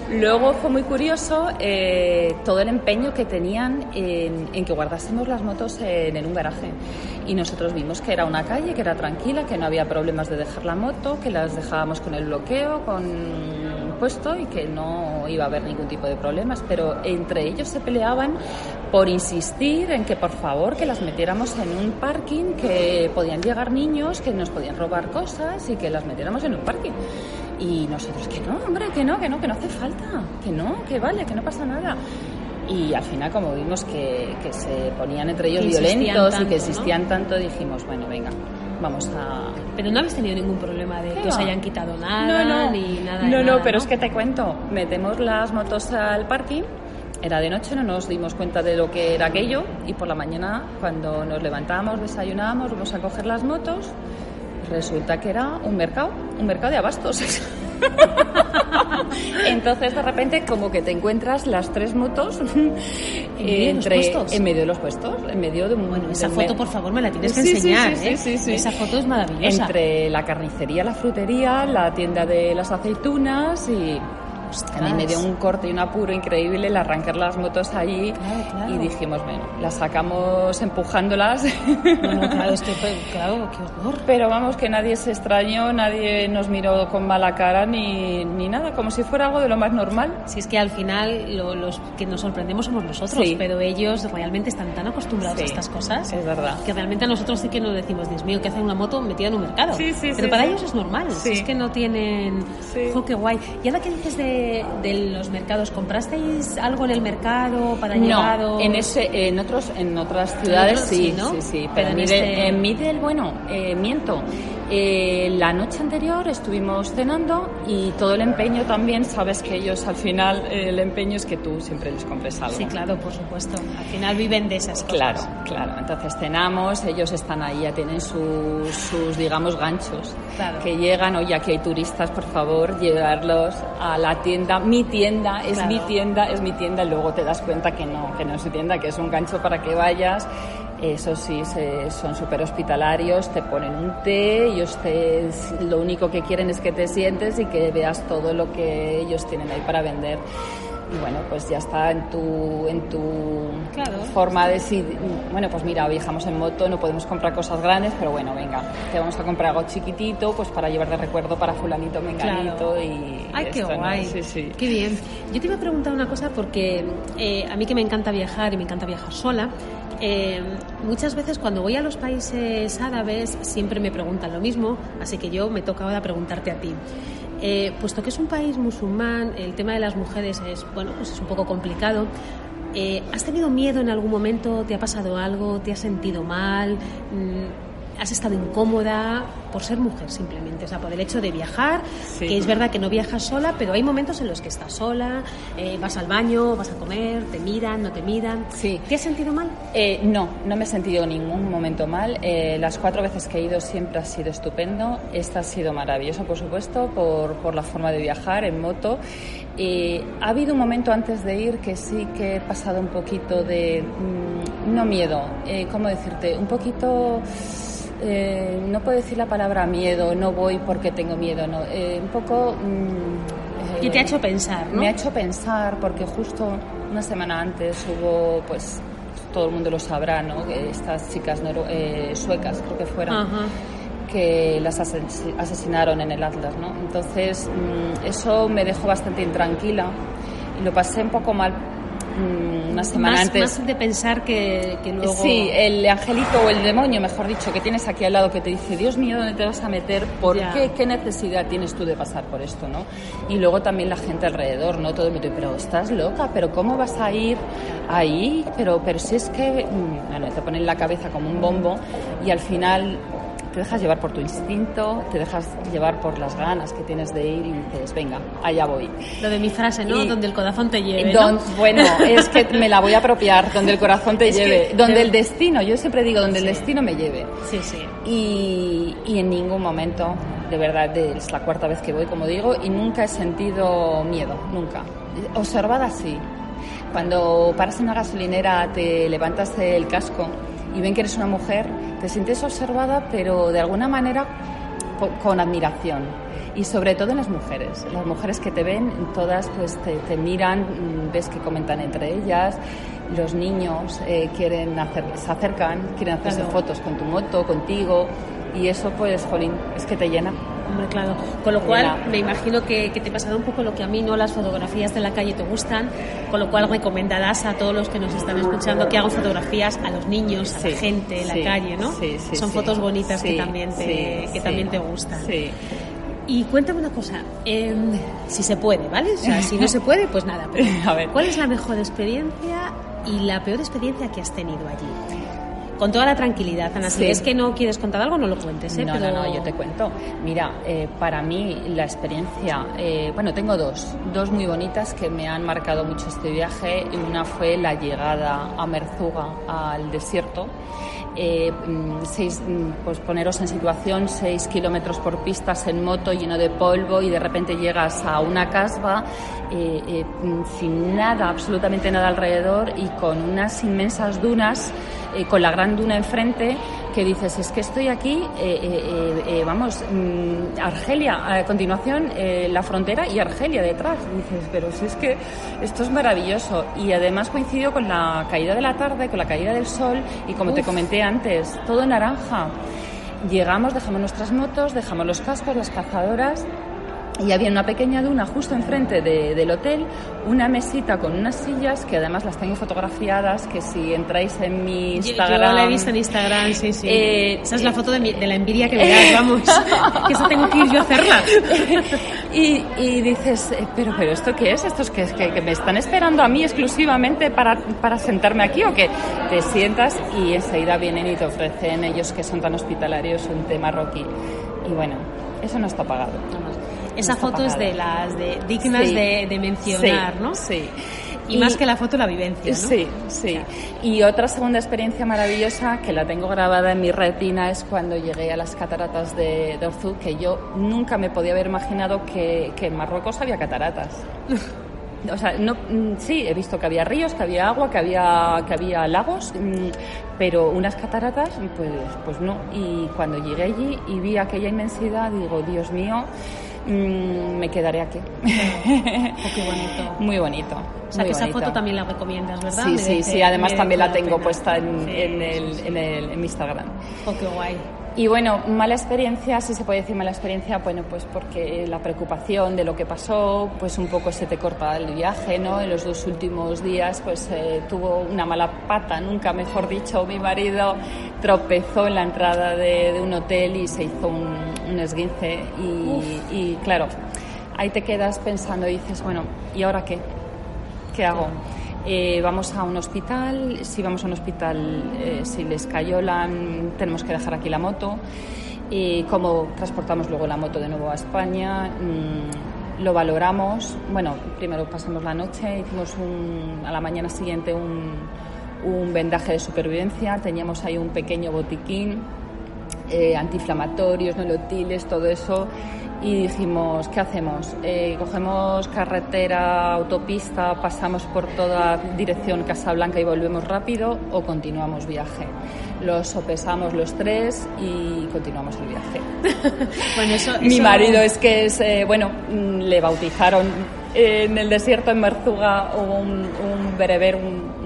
Speaker 4: Luego fue muy curioso todo el empeño que tenían en que guardásemos las motos en un garaje. Y nosotros vimos que era una calle, que era tranquila, que no había problemas de dejar la moto, que las dejábamos con el bloqueo, puesto, y que no iba a haber ningún tipo de problemas. Pero entre ellos se peleaban por insistir en que por favor que las metiéramos en un parking, que podían llegar niños, que nos podían robar cosas y que las metiéramos en un parking. Y nosotros, que no, hombre, que no hace falta, que vale, que no pasa nada. Y al final, como vimos que se ponían entre ellos violentos tanto, y que existían tanto, dijimos, bueno, venga, vamos a...
Speaker 2: Pero no habéis tenido ningún problema de que os hayan quitado nada, ni nada.
Speaker 4: No, pero es que te cuento, metemos las motos al parking. Era de noche, no nos dimos cuenta de lo que era aquello, y por la mañana, cuando nos levantamos, desayunamos, vamos a coger las motos, resulta que era un mercado de abastos. Entonces de repente como que te encuentras las 3 motos
Speaker 2: en
Speaker 4: medio de los puestos, en medio de un...
Speaker 2: Bueno, esa foto por favor me la tienes que enseñar.
Speaker 4: Sí.
Speaker 2: Esa foto es maravillosa.
Speaker 4: Entre la carnicería, la frutería, la tienda de las aceitunas y... A mí me dio un corte y un apuro increíble el arrancar las motos allí. Claro. Y dijimos, bueno, las sacamos empujándolas.
Speaker 2: Bueno, claro, es que claro, qué horror.
Speaker 4: Pero vamos, que nadie se extrañó, nadie nos miró con mala cara ni nada, como si fuera algo de lo más normal.
Speaker 2: Si es que al final los que nos sorprendemos somos nosotros, pero ellos realmente están tan acostumbrados a estas cosas.
Speaker 4: Es verdad.
Speaker 2: Que realmente a nosotros sí que nos decimos, Dios mío, ¿qué hace una moto metida en un mercado? Pero para ellos es normal, si es que no tienen... ¡Oh, qué guay! Y ahora que dices de los mercados, ¿comprasteis algo en el mercado para llevar?
Speaker 4: No, en otras ciudades sí, ¿no? Sí, pero en Midel, miento. La noche anterior estuvimos cenando y todo el empeño también, sabes que ellos al final, el empeño es que tú siempre les compres algo.
Speaker 2: Sí, claro, por supuesto. Al final viven de esas cosas.
Speaker 4: Claro. Entonces cenamos, ellos están ahí, ya tienen sus digamos, ganchos.
Speaker 2: Claro.
Speaker 4: Que llegan, oye, aquí hay turistas, por favor, llevarlos a la tienda. Mi tienda, es mi tienda, y luego te das cuenta que no es su tienda, que es un gancho para que vayas. Eso sí, son súper hospitalarios, te ponen un té, ellos lo único que quieren es que te sientes y que veas todo lo que ellos tienen ahí para vender. Y bueno, pues ya está en tu forma de decir, bueno, pues mira, viajamos en moto, no podemos comprar cosas grandes, pero bueno, venga, te vamos a comprar algo chiquitito, pues para llevar de recuerdo para fulanito, menganito y...
Speaker 2: ¡Ay, qué guay!
Speaker 4: ¿no? Sí.
Speaker 2: ¡Qué bien! Yo te iba a preguntar una cosa porque a mí que me encanta viajar y me encanta viajar sola, muchas veces cuando voy a los países árabes siempre me preguntan lo mismo, así que yo me toca ahora preguntarte a ti. Puesto que es un país musulmán, el tema de las mujeres es un poco complicado. ¿Has tenido miedo en algún momento? ¿Te ha pasado algo? ¿Te has sentido mal? ¿Has estado incómoda por ser mujer simplemente? O sea, por el hecho de viajar, que es verdad que no viajas sola, pero hay momentos en los que estás sola, vas al baño, vas a comer, te miran, no te miran.
Speaker 4: Sí.
Speaker 2: ¿Te has sentido mal?
Speaker 4: No me he sentido en ningún momento mal. Las 4 veces que he ido siempre ha sido estupendo. Esta ha sido maravillosa, por supuesto, por la forma de viajar en moto. Ha habido un momento antes de ir que sí que he pasado un poquito de... no miedo, ¿cómo decirte? Un poquito... no puedo decir la palabra miedo, no voy porque tengo miedo, no. Un poco...
Speaker 2: ¿Qué te ha hecho pensar, no?
Speaker 4: Me ha hecho pensar porque justo una semana antes hubo, pues todo el mundo lo sabrá, ¿no? Que estas chicas suecas, creo que fueron,
Speaker 2: Ajá.
Speaker 4: que las asesinaron en el Atlas, ¿no? Entonces eso me dejó bastante intranquila y lo pasé un poco mal. Una semana antes.
Speaker 2: Más de pensar que luego...
Speaker 4: Sí, el angelito o el demonio, mejor dicho, que tienes aquí al lado que te dice, Dios mío, ¿dónde te vas a meter? ¿Por qué? ¿Qué necesidad tienes tú de pasar por esto, no? Y luego también la gente alrededor, ¿no? Todo el mundo, pero estás loca, pero ¿cómo vas a ir ahí? Pero si es que... Bueno, te ponen la cabeza como un bombo y al final... te dejas llevar por tu instinto, te dejas llevar por las ganas que tienes de ir y dices, venga, allá voy.
Speaker 2: Lo de mi frase, ¿no? Donde el corazón te lleve, ¿no?
Speaker 4: Bueno, es que me la voy a apropiar, donde el corazón te lleve, donde el destino, yo siempre digo, donde el destino me lleve.
Speaker 2: Sí.
Speaker 4: Y en ningún momento, de verdad, es la 4ª vez que voy, como digo, y nunca he sentido miedo, nunca. Observada sí. Cuando paras en una gasolinera, te levantas el casco y ven que eres una mujer, te sientes observada, pero de alguna manera con admiración. Y sobre todo en las mujeres que te ven, todas pues te miran, ves que comentan entre ellas, los niños se acercan, quieren hacerse fotos con tu moto, contigo, y eso pues, jolín, es que te llena.
Speaker 2: Hombre, claro. Con lo cual, me imagino que te pasará un poco lo que a mí, ¿no? Las fotografías de la calle te gustan, con lo cual recomendarás a todos los que nos están escuchando que hagan fotografías a los niños, a la gente, en la calle, ¿no? Son fotos bonitas que también te gustan. Sí. Y cuéntame una cosa, si se puede, ¿vale? O sea, si no se puede, pues nada. Pero
Speaker 4: a ver.
Speaker 2: ¿Cuál es la mejor experiencia y la peor experiencia que has tenido allí? Con toda la tranquilidad, Ana. Si es que no quieres contar algo, no lo cuentes, ¿eh?
Speaker 4: No, yo te cuento. Mira, para mí la experiencia... tengo dos muy bonitas que me han marcado mucho este viaje. Una fue la llegada a Merzuga, al desierto. Pues poneros en situación, 6 kilómetros por pistas en moto, lleno de polvo, y de repente llegas a una casba sin nada, absolutamente nada alrededor, y con unas inmensas dunas, con la gran duna enfrente, que dices, es que estoy aquí, Argelia, a continuación la frontera y Argelia detrás. Y dices, pero si es que esto es maravilloso. Y además coincidió con la caída de la tarde, con la caída del sol, y como te comenté antes, todo naranja. Llegamos, dejamos nuestras motos, dejamos los cascos, las cazadoras, y había una pequeña duna justo enfrente del hotel, una mesita con unas sillas que además las tengo fotografiadas, que si entráis en mi Instagram...
Speaker 2: Yo la he visto en Instagram, sí. Esa es la foto de la envidia que me das, vamos, que eso tengo que ir yo a hacerla.
Speaker 4: Y dices, pero ¿esto qué es? ¿Esto es que me están esperando a mí exclusivamente para sentarme aquí, o qué? Te sientas y enseguida vienen y te ofrecen, ellos que son tan hospitalarios, un té marroquí. Y bueno, eso no está pagado.
Speaker 2: Esa foto es de las dignas de mencionar, ¿no?
Speaker 4: Sí.
Speaker 2: Y más que la foto, la vivencia, ¿no?
Speaker 4: Sí. Y otra segunda experiencia maravillosa que la tengo grabada en mi retina es cuando llegué a las cataratas de Orzú, que yo nunca me podía haber imaginado que en Marruecos había cataratas. O sea, sí, he visto que había ríos, que había agua, que había lagos, pero unas cataratas, pues no. Y cuando llegué allí y vi aquella inmensidad, digo, Dios mío, me quedaré aquí.
Speaker 2: Qué bonito.
Speaker 4: Muy bonito.
Speaker 2: O sea, que esa foto también la recomiendas, ¿verdad?
Speaker 4: Sí. Además también la tengo puesta en mi Instagram.
Speaker 2: Qué guay.
Speaker 4: Y bueno, mala experiencia, si se puede decir mala experiencia, bueno, pues porque la preocupación de lo que pasó, pues un poco se te corta el viaje, ¿no? En los 2 últimos días, pues tuvo una mala pata, nunca mejor dicho, mi marido tropezó en la entrada de un hotel y se hizo un esguince y claro, ahí te quedas pensando y dices, bueno, ¿y ahora qué? ¿Qué hago? Vamos a un hospital, si vamos a un hospital, si les cayolan, tenemos que dejar aquí la moto. ¿Cómo transportamos luego la moto de nuevo a España? Lo valoramos. Bueno, primero pasamos la noche, hicimos a la mañana siguiente un vendaje de supervivencia, teníamos ahí un pequeño botiquín, antiinflamatorios, nolotiles, todo eso. Y dijimos, ¿qué hacemos? ¿Cogemos carretera, autopista, pasamos por toda dirección Casablanca y volvemos rápido, o continuamos viaje? Lo sopesamos los 3 y continuamos el viaje.
Speaker 2: Bueno, eso...
Speaker 4: Mi marido le bautizaron en el desierto, en Merzuga, hubo un bereber,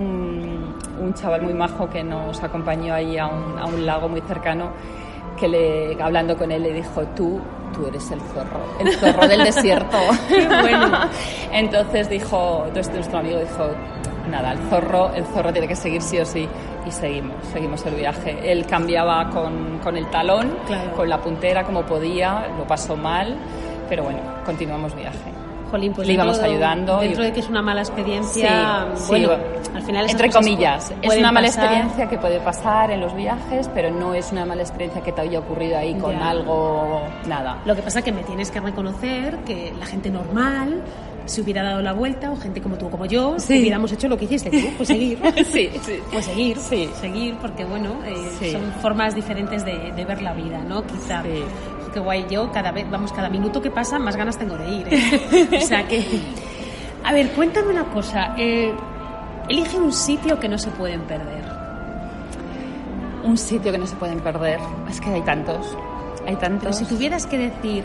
Speaker 4: un chaval muy majo que nos acompañó ahí a un lago muy cercano, que hablando con él le dijo, tú eres el zorro del desierto.
Speaker 2: Qué bueno.
Speaker 4: Entonces nuestro amigo dijo, nada, el zorro tiene que seguir sí o sí, y seguimos el viaje. Él cambiaba con el talón, claro, con la puntera como podía, lo pasó mal, pero bueno, continuamos viaje.
Speaker 2: Jolín, pues
Speaker 4: le íbamos ayudando.
Speaker 2: Dentro de que es una mala experiencia, bueno, al final
Speaker 4: entre comillas, es una mala experiencia que puede pasar en los viajes, pero no es una mala experiencia que te haya ocurrido ahí con algo, nada.
Speaker 2: Lo que pasa es que me tienes que reconocer que la gente normal se hubiera dado la vuelta, o gente como tú, como yo, hubiéramos hecho lo que hiciste tú, pues seguir. Pues seguir, porque bueno, son formas diferentes de ver la vida, ¿no? Quizá. Sí. Qué guay, yo cada minuto que pasa más ganas tengo de ir, ¿eh? O sea que... A ver, cuéntame una cosa, elige un sitio que no se pueden perder.
Speaker 4: Un sitio que no se pueden perder, es que hay tantos. Hay tantos.
Speaker 2: Pero si tuvieras que decir...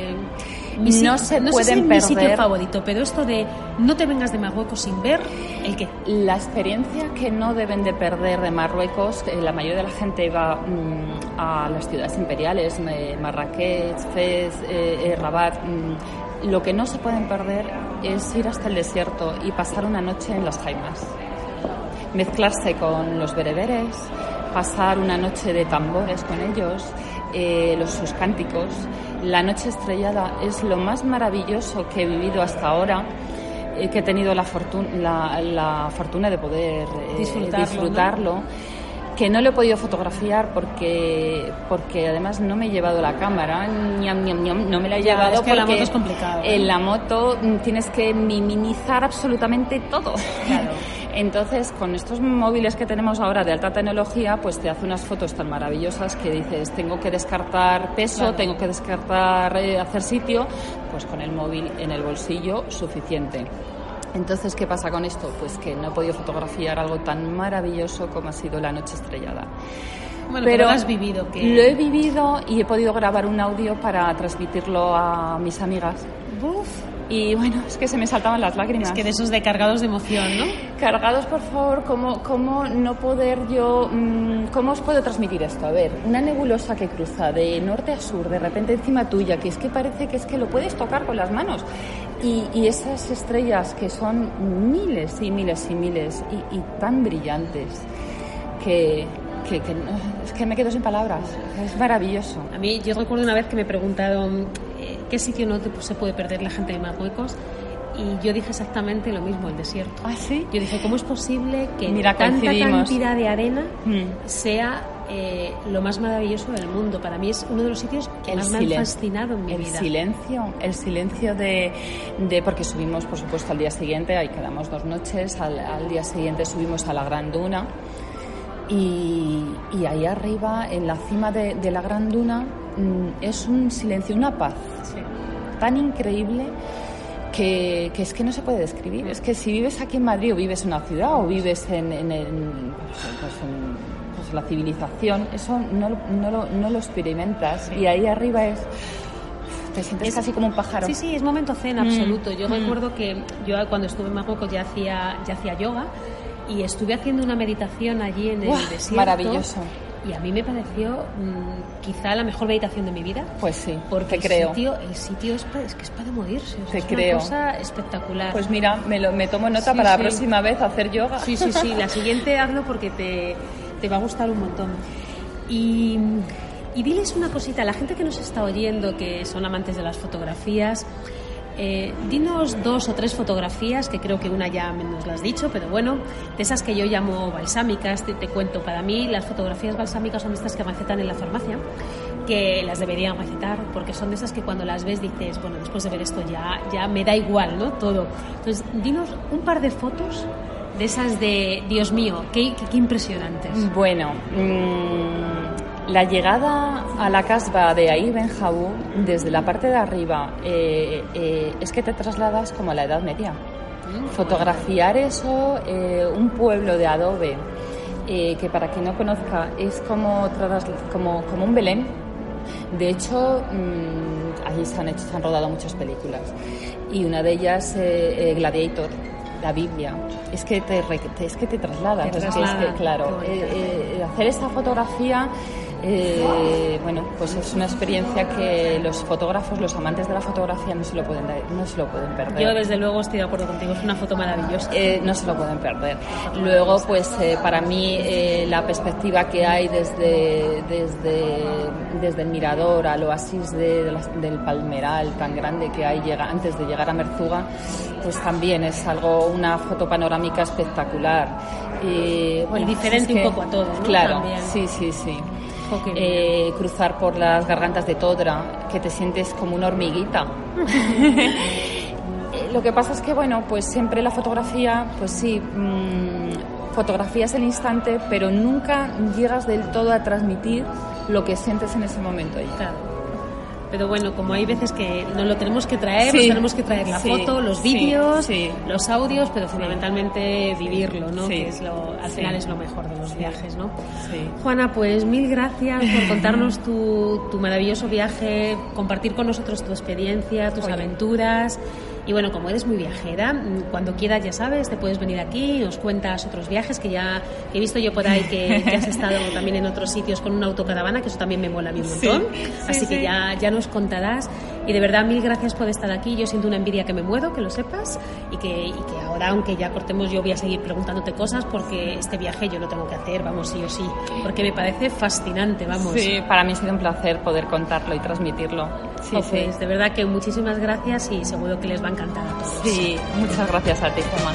Speaker 4: no se
Speaker 2: no
Speaker 4: pueden
Speaker 2: sé si es
Speaker 4: perder.
Speaker 2: mi sitio favorito, pero esto de no te vengas de Marruecos sin ver el qué.
Speaker 4: La experiencia que no deben de perder de Marruecos, la mayoría de la gente va a las ciudades imperiales, Marrakech, Fez, Rabat. Lo que no se pueden perder es ir hasta el desierto y pasar una noche en las jaimas. Mezclarse con los bereberes, pasar una noche de tambores con ellos, sus cánticos. La noche estrellada es lo más maravilloso que he vivido hasta ahora, que he tenido la fortuna de poder disfrutarlo, ¿no? Que no lo he podido fotografiar porque además no me he llevado la cámara, no me la he llevado
Speaker 2: es que
Speaker 4: porque
Speaker 2: la moto es complicado,
Speaker 4: en la moto tienes que minimizar absolutamente todo. Claro. Entonces, con estos móviles que tenemos ahora de alta tecnología, pues te hace unas fotos tan maravillosas que dices, tengo que descartar peso, claro, tengo que descartar hacer sitio, pues con el móvil en el bolsillo suficiente. Entonces, ¿qué pasa con esto? Pues que no he podido fotografiar algo tan maravilloso como ha sido la noche estrellada.
Speaker 2: Bueno, pero lo has vivido.
Speaker 4: Lo he vivido y he podido grabar un audio para transmitirlo a mis amigas.
Speaker 2: Uf.
Speaker 4: Y bueno, es que se me saltaban las lágrimas.
Speaker 2: Es que de esos de cargados de emoción, ¿no?
Speaker 4: Cargados, por favor, ¿cómo no poder yo... ¿Cómo os puedo transmitir esto? A ver, una nebulosa que cruza de norte a sur, de repente encima tuya, que es que parece que es que lo puedes tocar con las manos. Y esas estrellas que son miles y miles y miles y tan brillantes que es que me quedo sin palabras. Es maravilloso.
Speaker 2: A mí, yo recuerdo una vez que me preguntaron qué sitio no se puede perder la gente de Marruecos, y yo dije exactamente lo mismo, el desierto.
Speaker 4: ¿Ah, sí?
Speaker 2: Yo dije, ¿cómo es posible que
Speaker 4: tanta
Speaker 2: cantidad de arena sea lo más maravilloso del mundo? Para mí es uno de los sitios que más me han fascinado en mi vida.
Speaker 4: El silencio de porque subimos, por supuesto, al día siguiente, ahí quedamos 2 noches, al día siguiente subimos a la Gran Duna. Y ahí arriba, en la cima de la Gran Duna, es un silencio, una paz tan increíble que es que no se puede describir. Es que si vives aquí en Madrid o vives en una ciudad o vives en la civilización, eso no lo experimentas. Y ahí arriba te sientes casi como un pájaro.
Speaker 2: Sí, es momento zen absoluto. Yo recuerdo que yo cuando estuve en Marruecos ya hacía yoga. Y estuve haciendo una meditación allí en el desierto.
Speaker 4: Maravilloso.
Speaker 2: Y a mí me pareció quizá la mejor meditación de mi vida.
Speaker 4: Pues sí,
Speaker 2: porque el sitio es para morirse. Una cosa espectacular.
Speaker 4: Pues mira, me tomo nota para la próxima vez hacer yoga.
Speaker 2: Sí. La siguiente hazlo porque te va a gustar un montón. Y diles una cosita a la gente que nos está oyendo, que son amantes de las fotografías. Dinos 2 o 3 fotografías, que creo que una ya nos la has dicho, pero bueno, de esas que yo llamo balsámicas. Te cuento, para mí las fotografías balsámicas son estas que recetan en la farmacia, que las deberían recetar, porque son de esas que cuando las ves dices, bueno, después de ver esto ya me da igual, ¿no? Todo. Entonces, dinos un par de fotos de esas de, Dios mío, qué impresionantes.
Speaker 4: Bueno, la llegada a la casba de Aïr Ben Haour, desde la parte de arriba, es que te trasladas como a la Edad Media. Fotografiar eso, un pueblo de adobe, que para quien no conozca es como un Belén. De hecho, allí se han rodado muchas películas, y una de ellas, Gladiator, la Biblia. Es que te trasladas. Claro, hacer esta fotografía, bueno, pues es una experiencia que los fotógrafos, los amantes de la fotografía no se lo pueden perder.
Speaker 2: Yo desde luego estoy de acuerdo contigo, es una foto maravillosa.
Speaker 4: No se lo pueden perder. Luego, pues para mí la perspectiva que hay desde el mirador al oasis del Palmeral tan grande que hay antes de llegar a Merzuga, pues también es una foto panorámica espectacular. Bueno,
Speaker 2: y diferente un poco a todo, ¿no?
Speaker 4: Claro,
Speaker 2: también.
Speaker 4: sí. Cruzar por las gargantas de Todra, que te sientes como una hormiguita. Lo que pasa es que, bueno, pues siempre la fotografía, pues sí, fotografías el instante, pero nunca llegas del todo a transmitir lo que sientes en ese momento.
Speaker 2: Claro. pero bueno, como hay veces que nos lo tenemos que traer, nos tenemos que traer la foto, los vídeos, los audios, pero fundamentalmente vivirlo, ¿no? Que es al final es lo mejor de los viajes, ¿no? Juana, pues mil gracias por contarnos tu maravilloso viaje, compartir con nosotros tu experiencia, tus aventuras. Y bueno, como eres muy viajera, cuando quieras, ya sabes, te puedes venir aquí, nos cuentas otros viajes que ya he visto yo por ahí que has estado también en otros sitios con una autocaravana, que eso también me mola a mí un montón. Así que ya nos contarás. Y de verdad, mil gracias por estar aquí. Yo siento una envidia que me muero, que lo sepas. Y que ahora, aunque ya cortemos, yo voy a seguir preguntándote cosas porque este viaje yo lo tengo que hacer, vamos, sí o sí. Porque me parece fascinante, vamos.
Speaker 4: Sí, para mí ha sido un placer poder contarlo y transmitirlo.
Speaker 2: Pues de verdad que muchísimas gracias y seguro que les va a encantar a todos.
Speaker 4: Sí, muchas gracias a ti, Gemma.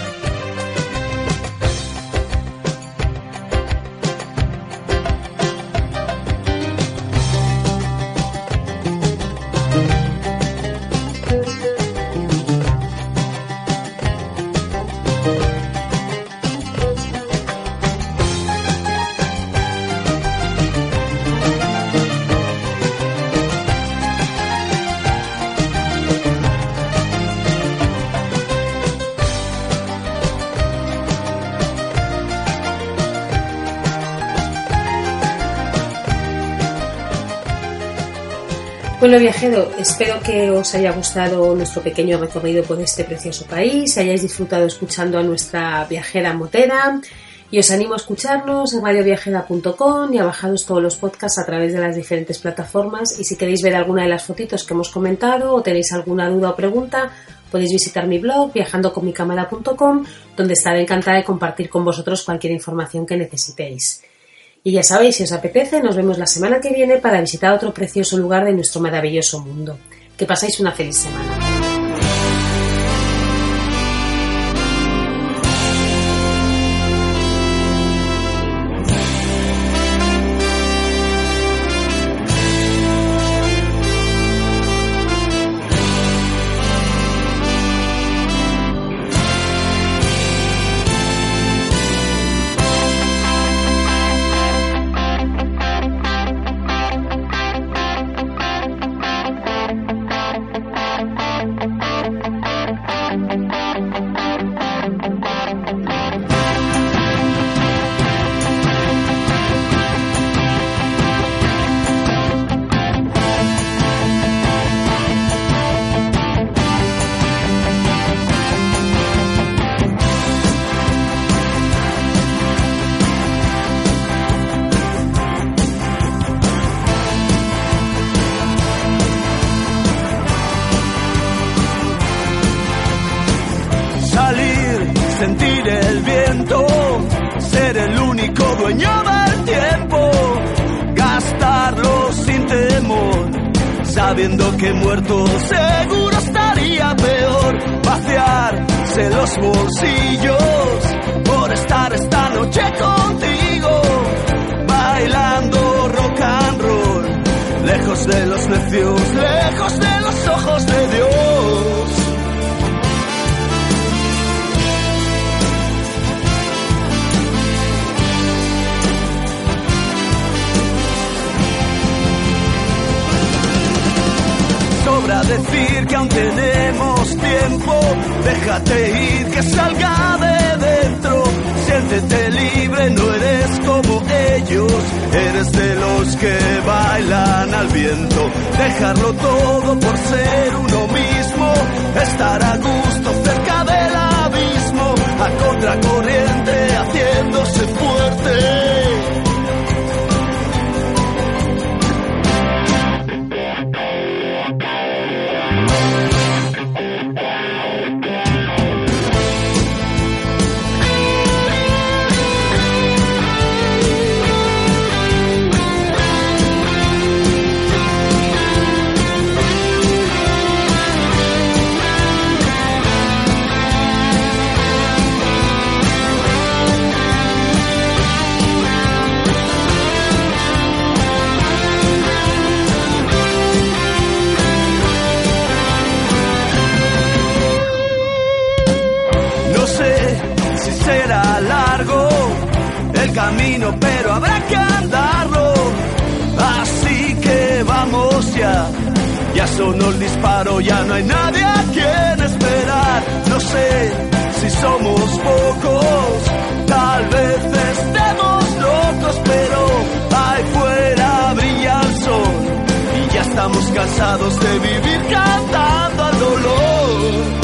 Speaker 2: Bueno, viajero, espero que os haya gustado nuestro pequeño recorrido por este precioso país, hayáis disfrutado escuchando a nuestra viajera motera y os animo a escucharnos en radioviajera.com y a bajaros todos los podcasts a través de las diferentes plataformas, y si queréis ver alguna de las fotitos que hemos comentado o tenéis alguna duda o pregunta, podéis visitar mi blog viajandoconmicamara.com, donde estaré encantada de compartir con vosotros cualquier información que necesitéis. Y ya sabéis, si os apetece, nos vemos la semana que viene para visitar otro precioso lugar de nuestro maravilloso mundo. Que paséis una feliz semana.
Speaker 5: Sentir el viento, ser el único dueño del tiempo, gastarlo sin temor, sabiendo que muerto seguro estaría peor, vaciarse los bolsillos por estar esta noche contigo, bailando rock and roll, lejos de los necios, lejos de los ojos de Dios. Sobra decir que aún tenemos tiempo, déjate ir, que salga de dentro, siéntete libre, no eres como ellos, eres de los que bailan al viento, dejarlo todo por ser uno mismo, estar a gusto cerca del abismo, a contracorriente haciéndose fuerte. Será largo el camino, pero habrá que andarlo, así que vamos ya. Ya sonó el disparo, ya no hay nadie a quien esperar. No sé si somos pocos, tal vez estemos locos, pero ahí fuera brilla el sol y ya estamos cansados de vivir cantando al dolor.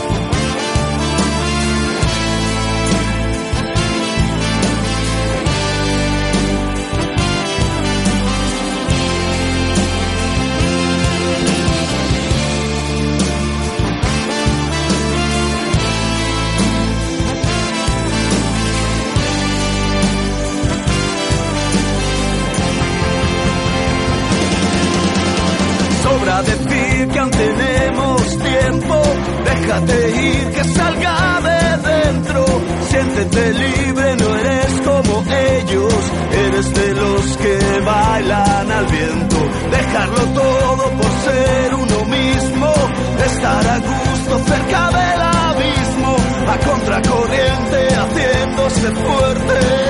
Speaker 5: Sobra decir que aún tenemos tiempo, déjate ir, que salga de dentro, siéntete libre, no eres como ellos, eres de los que bailan al viento, dejarlo todo por ser uno mismo, estar a gusto cerca del abismo, a contracorriente haciéndose fuerte.